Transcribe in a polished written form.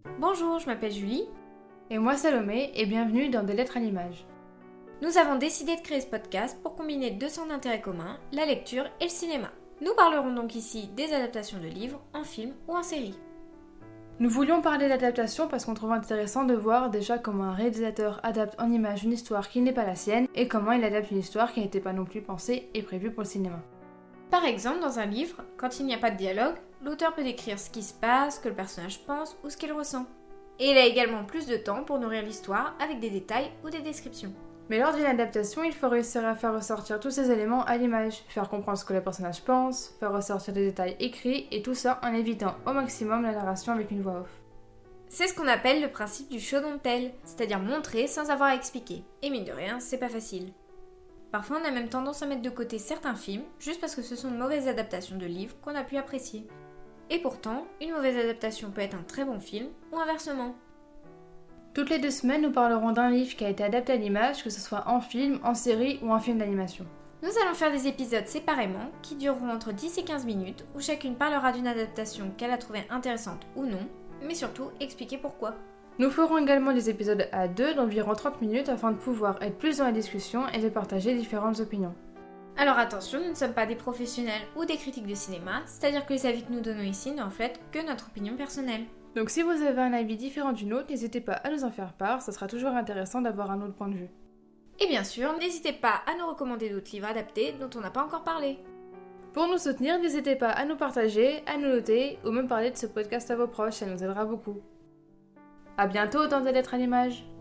Bonjour, je m'appelle Julie. Et moi Salomé, et bienvenue dans Des lettres à l'image. Nous avons décidé de créer ce podcast pour combiner deux centres d'intérêt communs, la lecture et le cinéma. Nous parlerons donc ici des adaptations de livres, en film ou en série. Nous voulions parler d'adaptation parce qu'on trouve intéressant de voir déjà comment un réalisateur adapte en image une histoire qui n'est pas la sienne et comment il adapte une histoire qui n'était pas non plus pensée et prévue pour le cinéma. Par exemple, dans un livre, quand il n'y a pas de dialogue, l'auteur peut décrire ce qui se passe, ce que le personnage pense ou ce qu'il ressent. Et il a également plus de temps pour nourrir l'histoire avec des détails ou des descriptions. Mais lors d'une adaptation, il faut réussir à faire ressortir tous ces éléments à l'image, faire comprendre ce que le personnage pense, faire ressortir des détails écrits et tout ça en évitant au maximum la narration avec une voix off. C'est ce qu'on appelle le principe du show don't tell, c'est-à-dire montrer sans avoir à expliquer. Et mine de rien, c'est pas facile. Parfois, on a même tendance à mettre de côté certains films juste parce que ce sont de mauvaises adaptations de livres qu'on a pu apprécier. Et pourtant, une mauvaise adaptation peut être un très bon film ou inversement. Toutes les 2 semaines, nous parlerons d'un livre qui a été adapté à l'image, que ce soit en film, en série ou en film d'animation. Nous allons faire des épisodes séparément qui dureront entre 10 et 15 minutes où chacune parlera d'une adaptation qu'elle a trouvée intéressante ou non, mais surtout expliquer pourquoi. Nous ferons également des épisodes à 2 d'environ 30 minutes afin de pouvoir être plus dans la discussion et de partager différentes opinions. Alors attention, nous ne sommes pas des professionnels ou des critiques de cinéma, c'est-à-dire que les avis que nous donnons ici ne reflètent que notre opinion personnelle. Donc si vous avez un avis différent du nôtre, n'hésitez pas à nous en faire part, ça sera toujours intéressant d'avoir un autre point de vue. Et bien sûr, n'hésitez pas à nous recommander d'autres livres adaptés dont on n'a pas encore parlé. Pour nous soutenir, n'hésitez pas à nous partager, à nous noter ou même parler de ce podcast à vos proches, ça nous aidera beaucoup. À bientôt dans Des lettres à l'image.